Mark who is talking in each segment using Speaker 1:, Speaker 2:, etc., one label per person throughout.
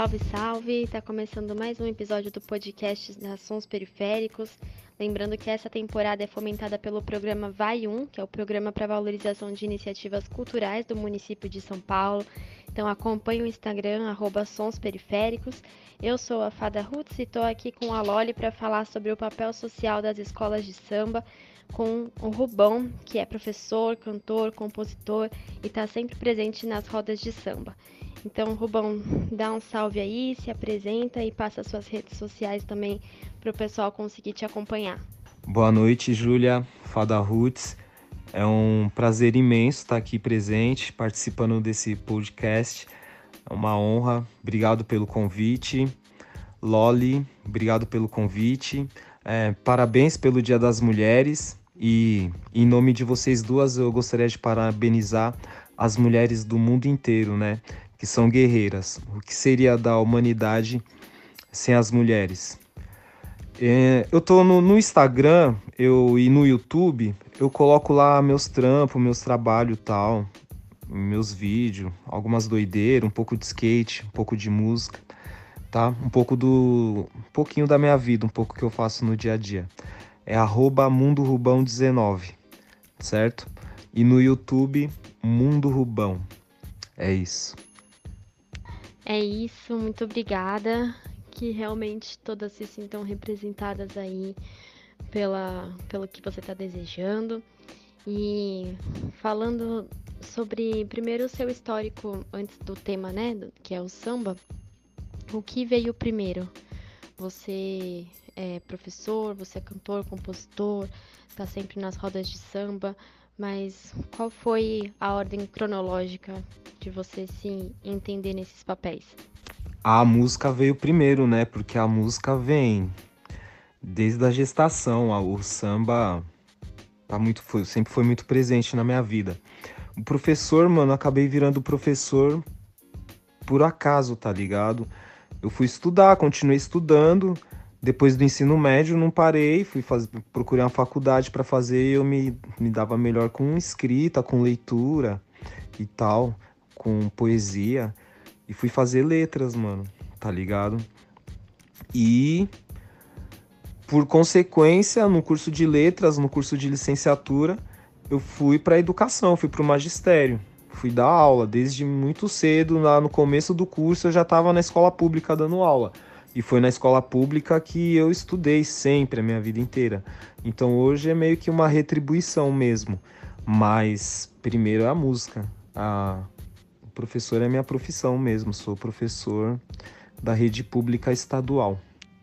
Speaker 1: Salve, salve! Tá começando mais um episódio do podcast da Sons Periféricos. Lembrando que essa temporada é fomentada pelo programa Vai Um, que é o programa para valorização de iniciativas culturais do município de São Paulo. Então acompanhe o Instagram, @sonsperiféricos. Eu sou a Fada Roots e estou aqui com a Loli para falar sobre o papel social das escolas de samba, com o Rubão, que é professor, cantor, compositor e está sempre presente nas rodas de samba. Então, Rubão, dá um salve aí, se apresenta e passa suas redes sociais também para o pessoal conseguir te acompanhar.
Speaker 2: Boa noite, Júlia, Fada Roots. É um prazer imenso estar aqui presente, participando desse podcast. É uma honra. Obrigado pelo convite. Loli, obrigado pelo convite. Parabéns pelo Dia das Mulheres. E em nome de vocês duas, eu gostaria de parabenizar as mulheres do mundo inteiro, né? Que são guerreiras. O que seria da humanidade sem as mulheres? Eu tô no Instagram e no YouTube, eu coloco lá meus trampos, meus trabalhos e tal, meus vídeos, algumas doideiras, um pouco de skate, um pouco de música, tá? Um pouquinho da minha vida, um pouco que eu faço no dia a dia. É @MundoRubão19, certo? E no YouTube, Mundo Rubão. É isso.
Speaker 1: É isso, muito obrigada. Que realmente todas se sintam representadas aí pelo que você está desejando. E falando sobre primeiro o seu histórico antes do tema, né, que é o samba, o que veio primeiro? Você é professor, você é cantor, compositor, está sempre nas rodas de samba, mas qual foi a ordem cronológica de você se entender nesses papéis?
Speaker 2: A música veio primeiro, né? Porque a música vem desde a gestação. O samba sempre foi muito presente na minha vida. O professor, mano, acabei virando professor por acaso, tá ligado? Eu fui estudar, continuei estudando. Depois do ensino médio, não parei, procurei uma faculdade para fazer e eu me dava melhor com escrita, com leitura e tal, com poesia. E fui fazer letras, mano, tá ligado? E, por consequência, no curso de letras, no curso de licenciatura, eu fui para educação, fui para o magistério. Fui dar aula desde muito cedo, lá no começo do curso eu já estava na escola pública dando aula. E foi na escola pública que eu estudei sempre, a minha vida inteira. Então hoje é meio que uma retribuição mesmo. Mas primeiro é a música. O professor é minha profissão mesmo, sou professor da rede pública estadual.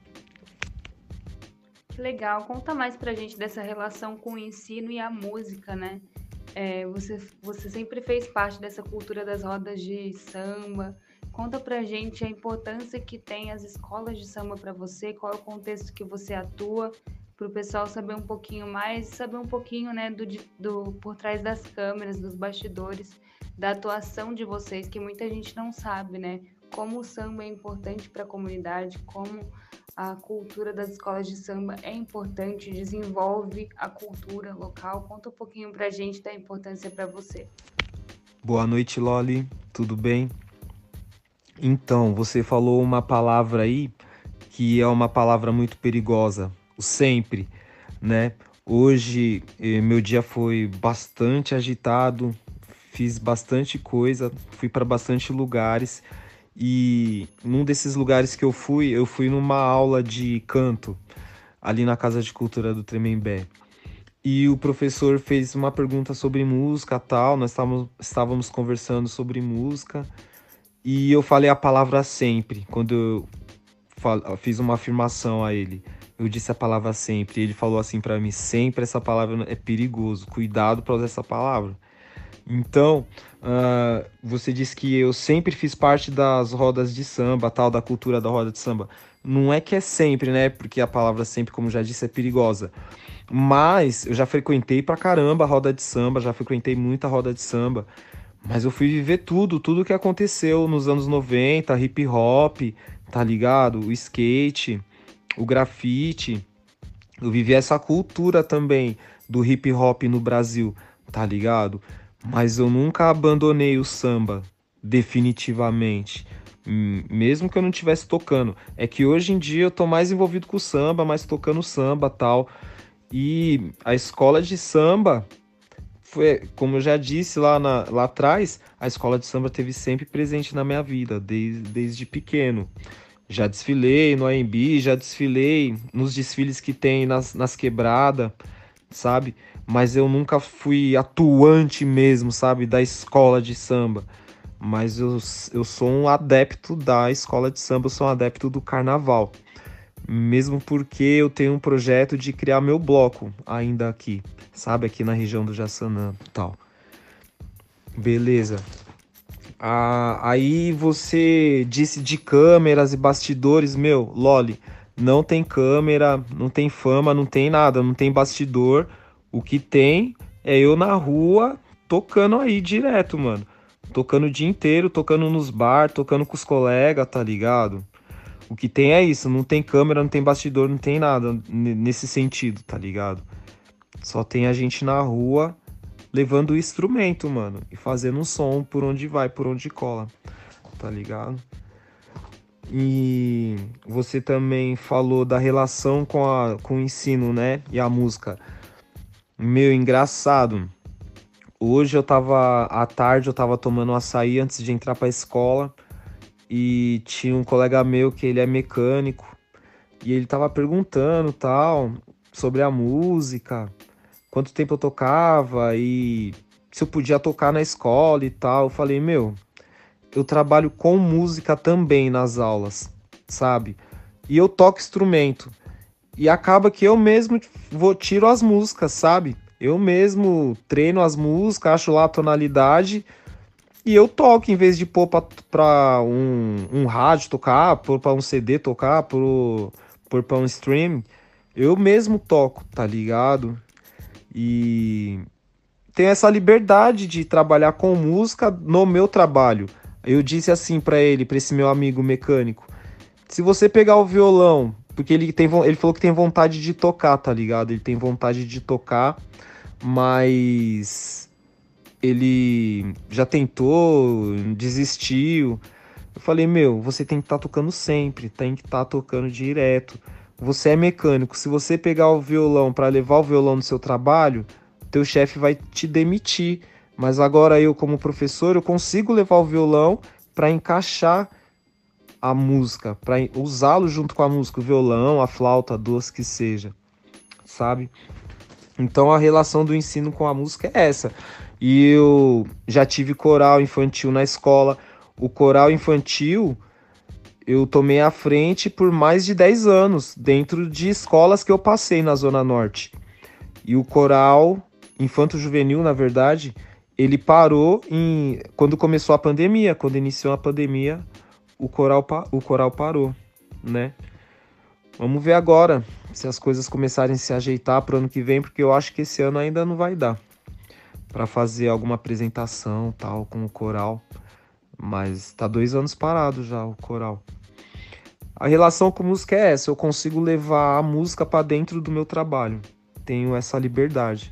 Speaker 3: Que legal. Conta mais pra gente dessa relação com o ensino e a música, né? Você sempre fez parte dessa cultura das rodas de samba. Conta pra gente a importância que tem as escolas de samba para você, qual é o contexto que você atua, para o pessoal saber um pouquinho mais, saber um pouquinho, né, do por trás das câmeras, dos bastidores, da atuação de vocês, que muita gente não sabe, né? Como o samba é importante para a comunidade, como a cultura das escolas de samba é importante, desenvolve a cultura local. Conta um pouquinho pra gente da importância para você.
Speaker 2: Boa noite, Loli. Tudo bem? Então, você falou uma palavra aí que é uma palavra muito perigosa, o sempre, né? Hoje, meu dia foi bastante agitado, fiz bastante coisa, fui para bastante lugares e num desses lugares que eu fui numa aula de canto ali na Casa de Cultura do Tremembé. E o professor fez uma pergunta sobre música, tal, estávamos conversando sobre música. E eu falei a palavra sempre, quando eu fiz uma afirmação a ele. Eu disse a palavra sempre, e ele falou assim pra mim, sempre essa palavra é perigoso, cuidado pra usar essa palavra. Então, você disse que eu sempre fiz parte das rodas de samba, tal, da cultura da roda de samba. Não é que é sempre, né? Porque a palavra sempre, como já disse, é perigosa. Mas eu já frequentei pra caramba a roda de samba, já frequentei muita roda de samba. Mas eu fui viver tudo que aconteceu nos anos 90, hip hop, tá ligado? O skate, o grafite. Eu vivi essa cultura também do hip hop no Brasil, tá ligado? Mas eu nunca abandonei o samba, definitivamente. mesmo que eu não estivesse tocando. É que hoje em dia eu tô mais envolvido com o samba, mais tocando samba, tal. E a escola de samba foi, como eu já disse lá atrás, a escola de samba teve sempre presente na minha vida, desde pequeno. Já desfilei no AMB, já desfilei nos desfiles que tem nas quebradas, sabe? Mas eu nunca fui atuante mesmo, sabe? Da escola de samba. Mas eu sou um adepto da escola de samba, eu sou um adepto do carnaval. Mesmo porque eu tenho um projeto de criar meu bloco ainda aqui, sabe? Aqui na região do Jaçanã e tal. Beleza. Aí você disse de câmeras e bastidores, meu, Loli, não tem câmera, não tem fama, não tem nada, não tem bastidor. O que tem é eu na rua tocando aí direto, mano. Tocando o dia inteiro, tocando nos bar, tocando com os colegas, tá ligado? O que tem é isso, não tem câmera, não tem bastidor, não tem nada nesse sentido, tá ligado? Só tem a gente na rua levando o instrumento, mano, e fazendo um som por onde vai, por onde cola, tá ligado? E você também falou da relação com o ensino, né? E a música. Meu, engraçado. Hoje à tarde, eu tava tomando um açaí antes de entrar pra escola. E tinha um colega meu que ele é mecânico. E ele tava perguntando, tal, sobre a música, quanto tempo eu tocava e se eu podia tocar na escola e tal. Eu falei, meu, eu trabalho com música também nas aulas, sabe? E eu toco instrumento. E acaba que eu mesmo tiro as músicas, sabe? Eu mesmo treino as músicas, acho lá a tonalidade e eu toco, em vez de pôr pra um rádio tocar, pôr pra um CD tocar, pôr pra um stream. Eu mesmo toco, tá ligado? E tenho essa liberdade de trabalhar com música no meu trabalho. Eu disse assim pra esse meu amigo mecânico: se você pegar o violão, porque ele falou que tem vontade de tocar, tá ligado? Ele tem vontade de tocar, mas ele já tentou, desistiu. Eu falei, meu, você tem que estar tocando sempre, tem que estar tocando direto. Você é mecânico, se você pegar o violão para levar o violão no seu trabalho, teu chefe vai te demitir. Mas agora eu, como professor, eu consigo levar o violão para encaixar a música, para usá-lo junto com a música, o violão, a flauta, a doce que seja, sabe? Então a relação do ensino com a música é essa. E eu já tive coral infantil na escola. O coral infantil eu tomei à frente por mais de 10 anos, dentro de escolas que eu passei na Zona Norte. E o coral infanto-juvenil, na verdade, ele parou quando começou a pandemia. Quando iniciou a pandemia, o coral parou, né? Vamos ver agora se as coisas começarem a se ajeitar para o ano que vem, porque eu acho que esse ano ainda não vai dar para fazer alguma apresentação tal com o coral. Mas tá 2 anos parado já o coral. A relação com música é essa, eu consigo levar a música para dentro do meu trabalho. Tenho essa liberdade.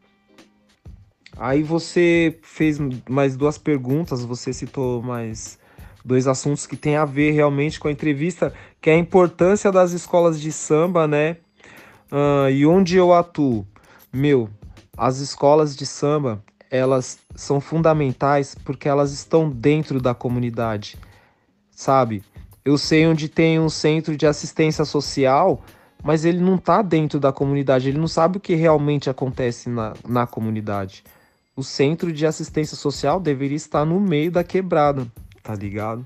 Speaker 2: Aí você fez mais 2 perguntas, você citou mais 2 assuntos que tem a ver realmente com a entrevista, que é a importância das escolas de samba, né? E onde eu atuo? Meu, as escolas de samba, elas são fundamentais porque elas estão dentro da comunidade, sabe? Eu sei onde tem um centro de assistência social, mas ele não tá dentro da comunidade, ele não sabe o que realmente acontece na comunidade. O centro de assistência social deveria estar no meio da quebrada, tá ligado?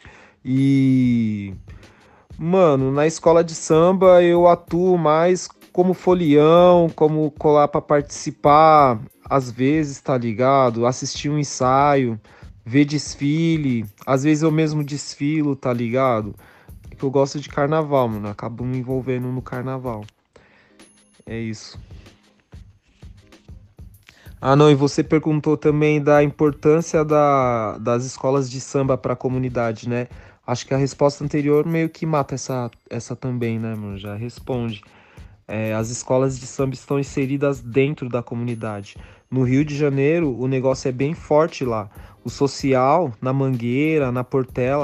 Speaker 2: E, mano, na escola de samba eu atuo mais como folião, como colar pra participar, às vezes, tá ligado? Assistir um ensaio, ver desfile, às vezes eu mesmo desfilo, tá ligado? É que eu gosto de carnaval, mano, acabo me envolvendo no carnaval. É isso. Ah, não, e você perguntou também da importância das escolas de samba para a comunidade, né? Acho que a resposta anterior meio que mata essa também, né, mano? Já responde. As escolas de samba estão inseridas dentro da comunidade. No Rio de Janeiro, o negócio é bem forte lá. O social, na Mangueira, na Portela,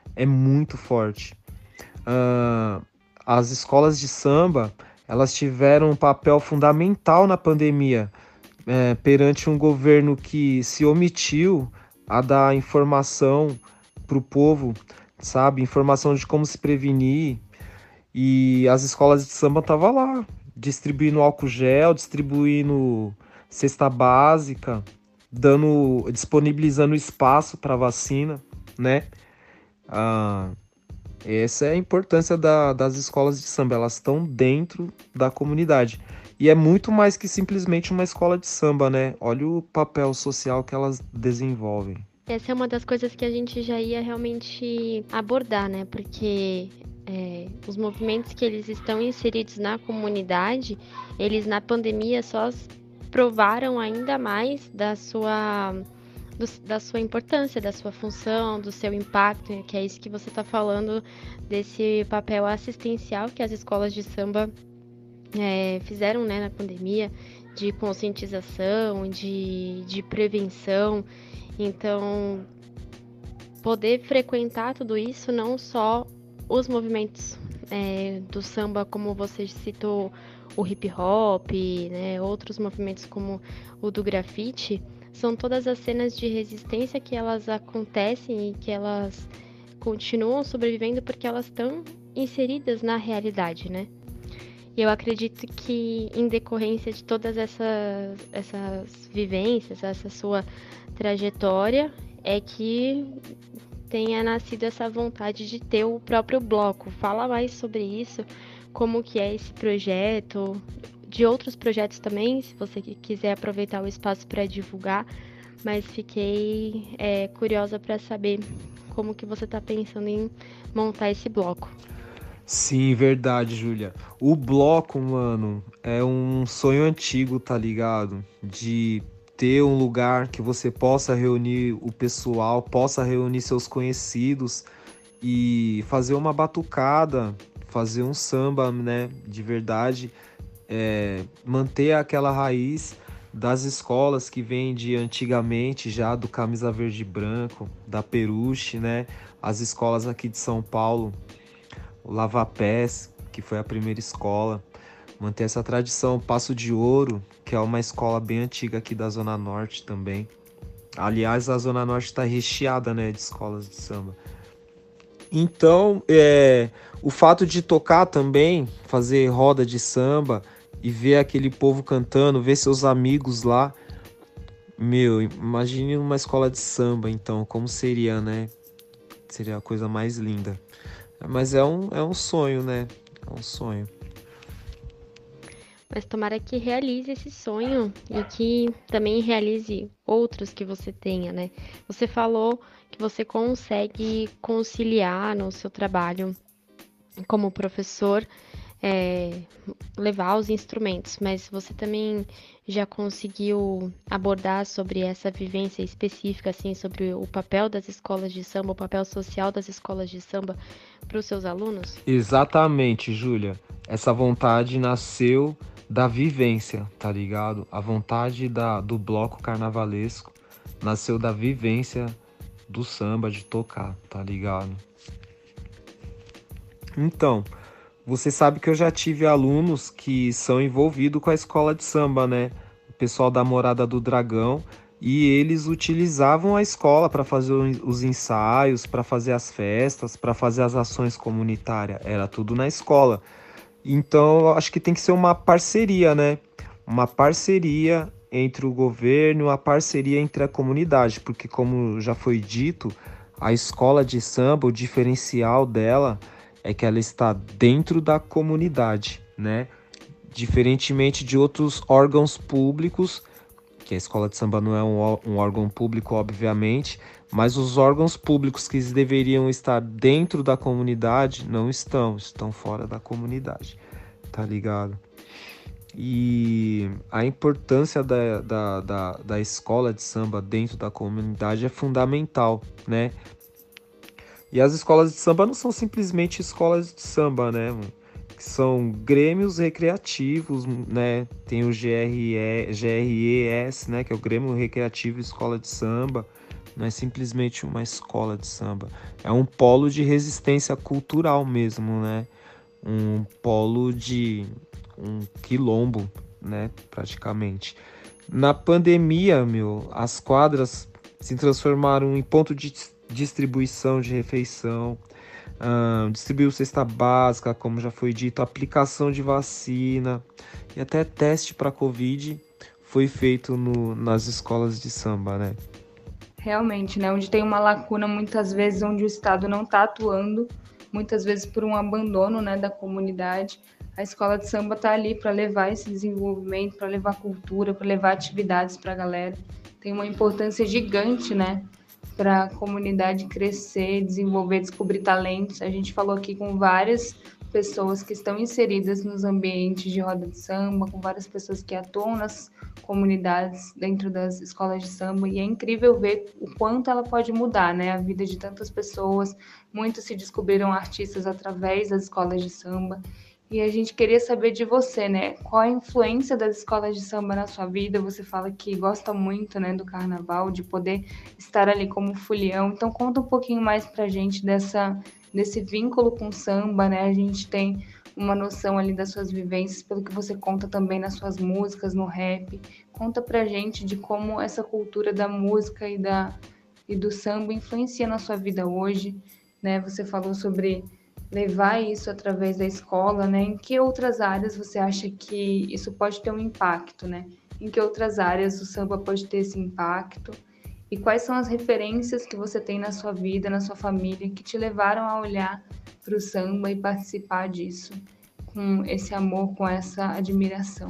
Speaker 2: é muito forte. Ah, as escolas de samba, elas tiveram um papel fundamental na pandemia, perante um governo que se omitiu a dar informação para o povo, sabe? Informação de como se prevenir. E as escolas de samba estavam lá, distribuindo álcool gel, distribuindo cesta básica, disponibilizando espaço para vacina, né? Ah, essa é a importância das escolas de samba, elas estão dentro da comunidade. E é muito mais que simplesmente uma escola de samba, né? Olha o papel social que elas desenvolvem.
Speaker 1: Essa é uma das coisas que a gente já ia realmente abordar, né? Porque os movimentos que eles estão inseridos na comunidade, eles na pandemia só provaram ainda mais da sua importância, da sua função, do seu impacto, que é isso que você está falando, desse papel assistencial que as escolas de samba fizeram, né, na pandemia, de conscientização, de prevenção. Então, poder frequentar tudo isso, não só os movimentos do samba, como você citou, o hip hop, né, outros movimentos como o do grafite, são todas as cenas de resistência que elas acontecem e que elas continuam sobrevivendo porque elas estão inseridas na realidade, né? E eu acredito que, em decorrência de todas essas vivências, essa sua trajetória, é que tenha nascido essa vontade de ter o próprio bloco. Fala mais sobre isso, como que é esse projeto, de outros projetos também, se você quiser aproveitar o espaço para divulgar, mas fiquei curiosa para saber como que você está pensando em montar esse bloco.
Speaker 2: Sim, verdade, Júlia. O bloco, mano, é um sonho antigo, tá ligado? De ter um lugar que você possa reunir o pessoal, possa reunir seus conhecidos e fazer uma batucada, fazer um samba, né, de verdade, manter aquela raiz das escolas que vem de antigamente já, do Camisa Verde e Branco, da Peruche, né, as escolas aqui de São Paulo, o Lava Pés, que foi a primeira escola, manter essa tradição, Passo de Ouro, que é uma escola bem antiga aqui da Zona Norte também. Aliás, a Zona Norte está recheada, né, de escolas de samba. Então, o fato de tocar também, fazer roda de samba e ver aquele povo cantando, ver seus amigos lá, meu, imagine uma escola de samba, então, como seria, né? Seria a coisa mais linda. Mas é um sonho, né? É um sonho.
Speaker 1: Mas tomara que realize esse sonho e que também realize outros que você tenha, né? Você falou que você consegue conciliar no seu trabalho como professor, levar os instrumentos, mas você também já conseguiu abordar sobre essa vivência específica, assim, sobre o papel das escolas de samba, o papel social das escolas de samba para os seus alunos?
Speaker 2: Exatamente, Júlia. Essa vontade nasceu da vivência, tá ligado? A vontade do bloco carnavalesco nasceu da vivência do samba, de tocar, tá ligado? Então, você sabe que eu já tive alunos que são envolvidos com a escola de samba, né? O pessoal da Morada do Dragão, e eles utilizavam a escola para fazer os ensaios, para fazer as festas, para fazer as ações comunitárias. Era tudo na escola. Então, eu acho que tem que ser uma parceria, né? Uma parceria entre o governo, uma parceria entre a comunidade, porque, como já foi dito, a escola de samba, o diferencial dela é que ela está dentro da comunidade, né? Diferentemente de outros órgãos públicos, que a escola de samba não é um órgão público, obviamente, mas os órgãos públicos que deveriam estar dentro da comunidade não estão fora da comunidade, tá ligado? E a importância da escola de samba dentro da comunidade é fundamental, né? E as escolas de samba não são simplesmente escolas de samba, né? São grêmios recreativos, né? Tem o GRES, né? Que é o Grêmio Recreativo Escola de Samba, não é simplesmente uma escola de samba. É um polo de resistência cultural mesmo, né? Um polo de um quilombo, né? Praticamente. Na pandemia, as quadras se transformaram em ponto de distribuição de refeição, distribuiu cesta básica, como já foi dito, aplicação de vacina e até teste para Covid foi feito nas escolas de samba, né?
Speaker 3: Realmente, né? Onde tem uma lacuna, muitas vezes, onde o Estado não está atuando, muitas vezes por um abandono, né, da comunidade. A escola de samba está ali para levar esse desenvolvimento, para levar cultura, para levar atividades para a galera. Tem uma importância gigante, né, para a comunidade crescer, desenvolver, descobrir talentos. A gente falou aqui com várias pessoas que estão inseridas nos ambientes de roda de samba, com várias pessoas que atuam nas comunidades dentro das escolas de samba, e é incrível ver o quanto ela pode mudar, né, a vida de tantas pessoas. Muitos se descobriram artistas através das escolas de samba. E a gente queria saber de você, né? Qual a influência das escolas de samba na sua vida? Você fala que gosta muito, né, do carnaval, de poder estar ali como folião. Então conta um pouquinho mais pra gente desse vínculo com o samba, né? A gente tem uma noção ali das suas vivências, pelo que você conta também nas suas músicas, no rap. Conta pra gente de como essa cultura da música e do samba influencia na sua vida hoje, né? Você falou sobre levar isso através da escola, né? Em que outras áreas você acha que isso pode ter um impacto, né? Em que outras áreas o samba pode ter esse impacto? E quais são as referências que você tem na sua vida, na sua família, que te levaram a olhar para o samba e participar disso, com esse amor, com essa admiração?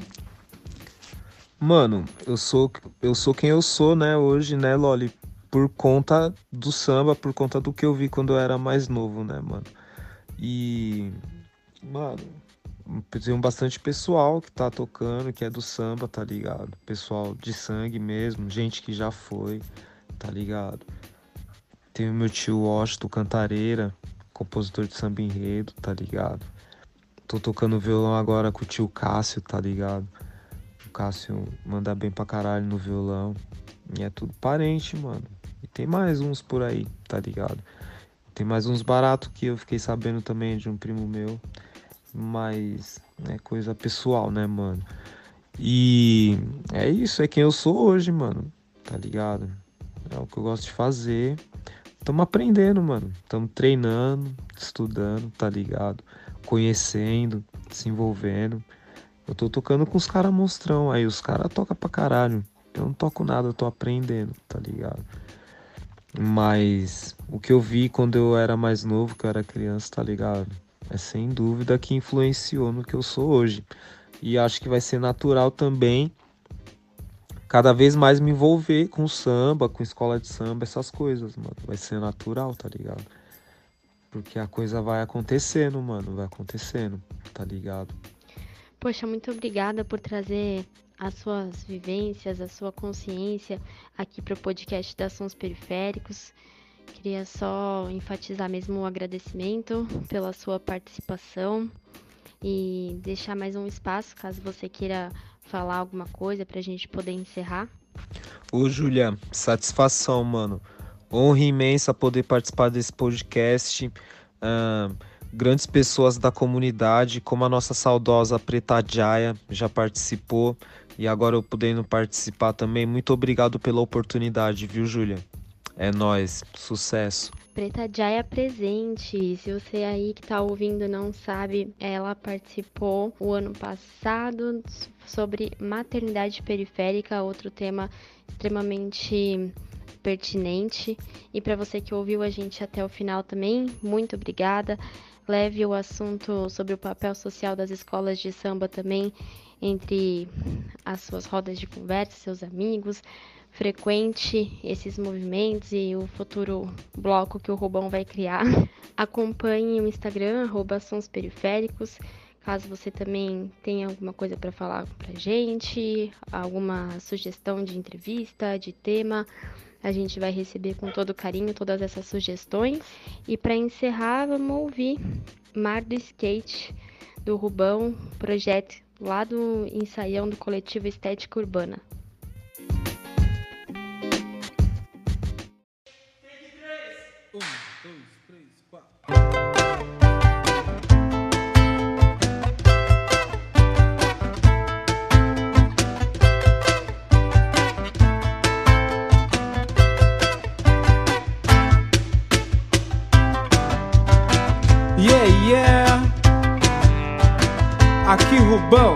Speaker 2: Mano, eu sou quem eu sou, né, hoje, né, Loli? Por conta do samba, por conta do que eu vi quando eu era mais novo, né, mano? E, mano, tem bastante pessoal que tá tocando, que é do samba, tá ligado? Pessoal de sangue mesmo, gente que já foi, tá ligado? Tem o meu tio Washington Cantareira, compositor de samba enredo, tá ligado? Tô tocando violão agora com o tio Cássio, tá ligado? O Cássio manda bem pra caralho no violão. E é tudo parente, mano. E tem mais uns por aí, tá ligado? Tem mais uns baratos que eu fiquei sabendo também de um primo meu. Mas é coisa pessoal, né, mano? E é isso, é quem eu sou hoje, mano. Tá ligado? É o que eu gosto de fazer. Tamo aprendendo, mano. Tamo treinando, estudando, tá ligado? Conhecendo, se envolvendo. Eu tô tocando com os caras monstrão. Aí os caras tocam pra caralho. Eu não toco nada, eu tô aprendendo, tá ligado? Mas o que eu vi quando eu era mais novo, que eu era criança, tá ligado? É sem dúvida que influenciou no que eu sou hoje. E acho que vai ser natural também cada vez mais me envolver com samba, com escola de samba, essas coisas, mano. Vai ser natural, tá ligado? Porque a coisa vai acontecendo, mano. Vai acontecendo, tá ligado?
Speaker 1: Poxa, muito obrigada por trazer as suas vivências, a sua consciência aqui para o podcast da Sons Periféricos. Queria só enfatizar mesmo o agradecimento pela sua participação e deixar mais um espaço caso você queira falar alguma coisa para a gente poder encerrar.
Speaker 2: Ô, Júlia, satisfação, mano. Honra imensa poder participar desse podcast. Grandes pessoas da comunidade, como a nossa saudosa Preta Jaya, já participou. E agora eu podendo participar também. Muito obrigado pela oportunidade, viu, Júlia? É nóis. Sucesso.
Speaker 1: Preta Jaya presente. Se você aí que tá ouvindo não sabe, ela participou o ano passado sobre maternidade periférica, outro tema extremamente pertinente. E para você que ouviu a gente até o final também, muito obrigada. Leve o assunto sobre o papel social das escolas de samba também entre as suas rodas de conversa, seus amigos. Frequente esses movimentos e o futuro bloco que o Rubão vai criar. Acompanhe o Instagram, @sonsperiféricos. Caso você também tenha alguma coisa para falar pra gente, alguma sugestão de entrevista, de tema, a gente vai receber com todo carinho todas essas sugestões. E para encerrar, vamos ouvir Mar do Skate, do Rubão, projeto lá do ensaião do coletivo Estética Urbana.
Speaker 4: Urbão,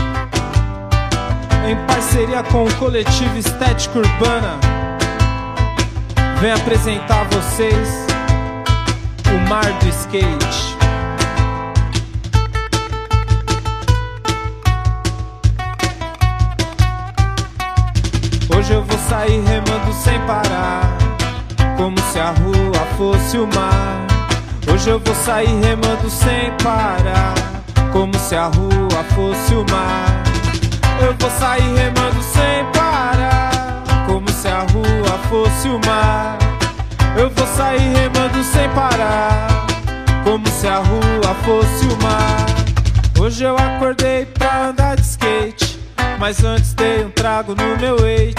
Speaker 4: em parceria com o coletivo Estética Urbana, vem apresentar a vocês o Mar do Skate. Hoje eu vou sair remando sem parar, como se a rua fosse o mar. Hoje eu vou sair remando sem parar, como se a rua fosse o mar. Eu vou sair remando sem parar, como se a rua fosse o mar. Eu vou sair remando sem parar, como se a rua fosse o mar. Hoje eu acordei pra andar de skate, mas antes dei um trago no meu weight.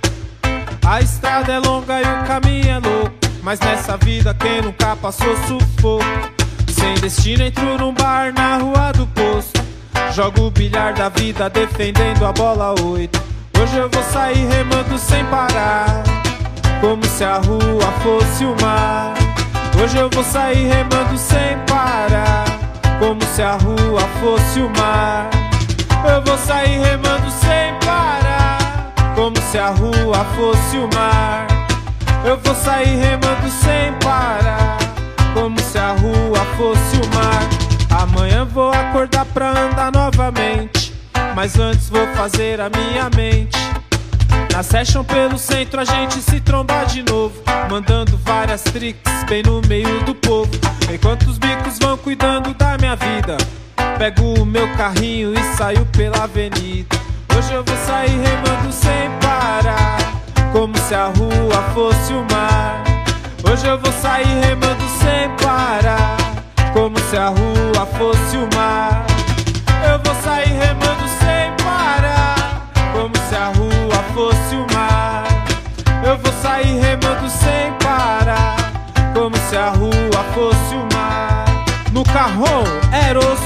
Speaker 4: A estrada é longa e o caminho é louco, mas nessa vida quem nunca passou sufoco. Sem destino entro num bar na rua do posto, jogo o bilhar da vida defendendo a bola 8. Hoje eu vou sair remando sem parar, como se a rua fosse o mar. Hoje eu vou sair remando sem parar, como se a rua fosse o mar. Eu vou sair remando sem parar, como se a rua fosse o mar. Eu vou sair remando sem parar, como se a rua fosse o mar. Amanhã vou acordar pra andar novamente, mas antes vou fazer a minha mente. Na session pelo centro a gente se trombar de novo, mandando várias tricks bem no meio do povo. Enquanto os bicos vão cuidando da minha vida, pego o meu carrinho e saio pela avenida. Hoje eu vou sair remando sem parar, como se a rua fosse o mar. Hoje eu vou sair remando sem parar, como se a rua fosse o mar. Eu vou sair remando sem parar, como se a rua fosse o mar. Eu vou sair remando sem parar, como se a rua fosse o mar. No carrão, Eros.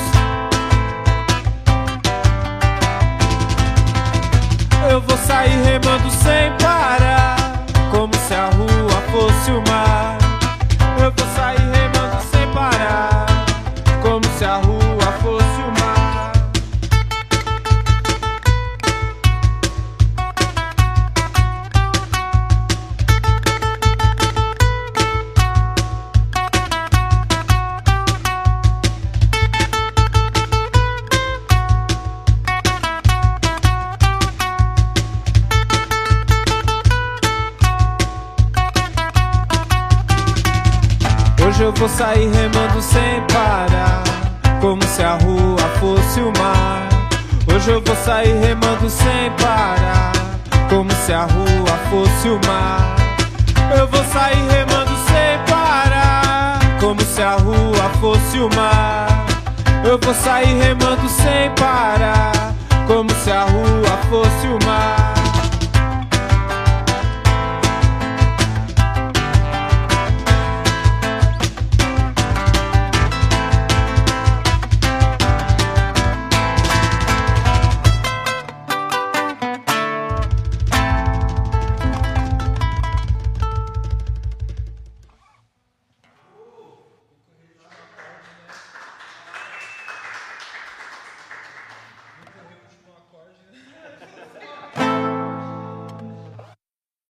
Speaker 4: Eu vou sair remando sem parar, como se a rua fosse o mar. Eu vou sair remando sem parar, como se a rua fosse o mar. Hoje eu vou sair remando sem parar, como se a rua fosse o mar. Hoje eu vou sair remando sem parar, como se a rua fosse o mar. Eu vou sair remando sem parar, como se a rua fosse o mar. Eu vou sair remando sem parar, como se a rua fosse o mar.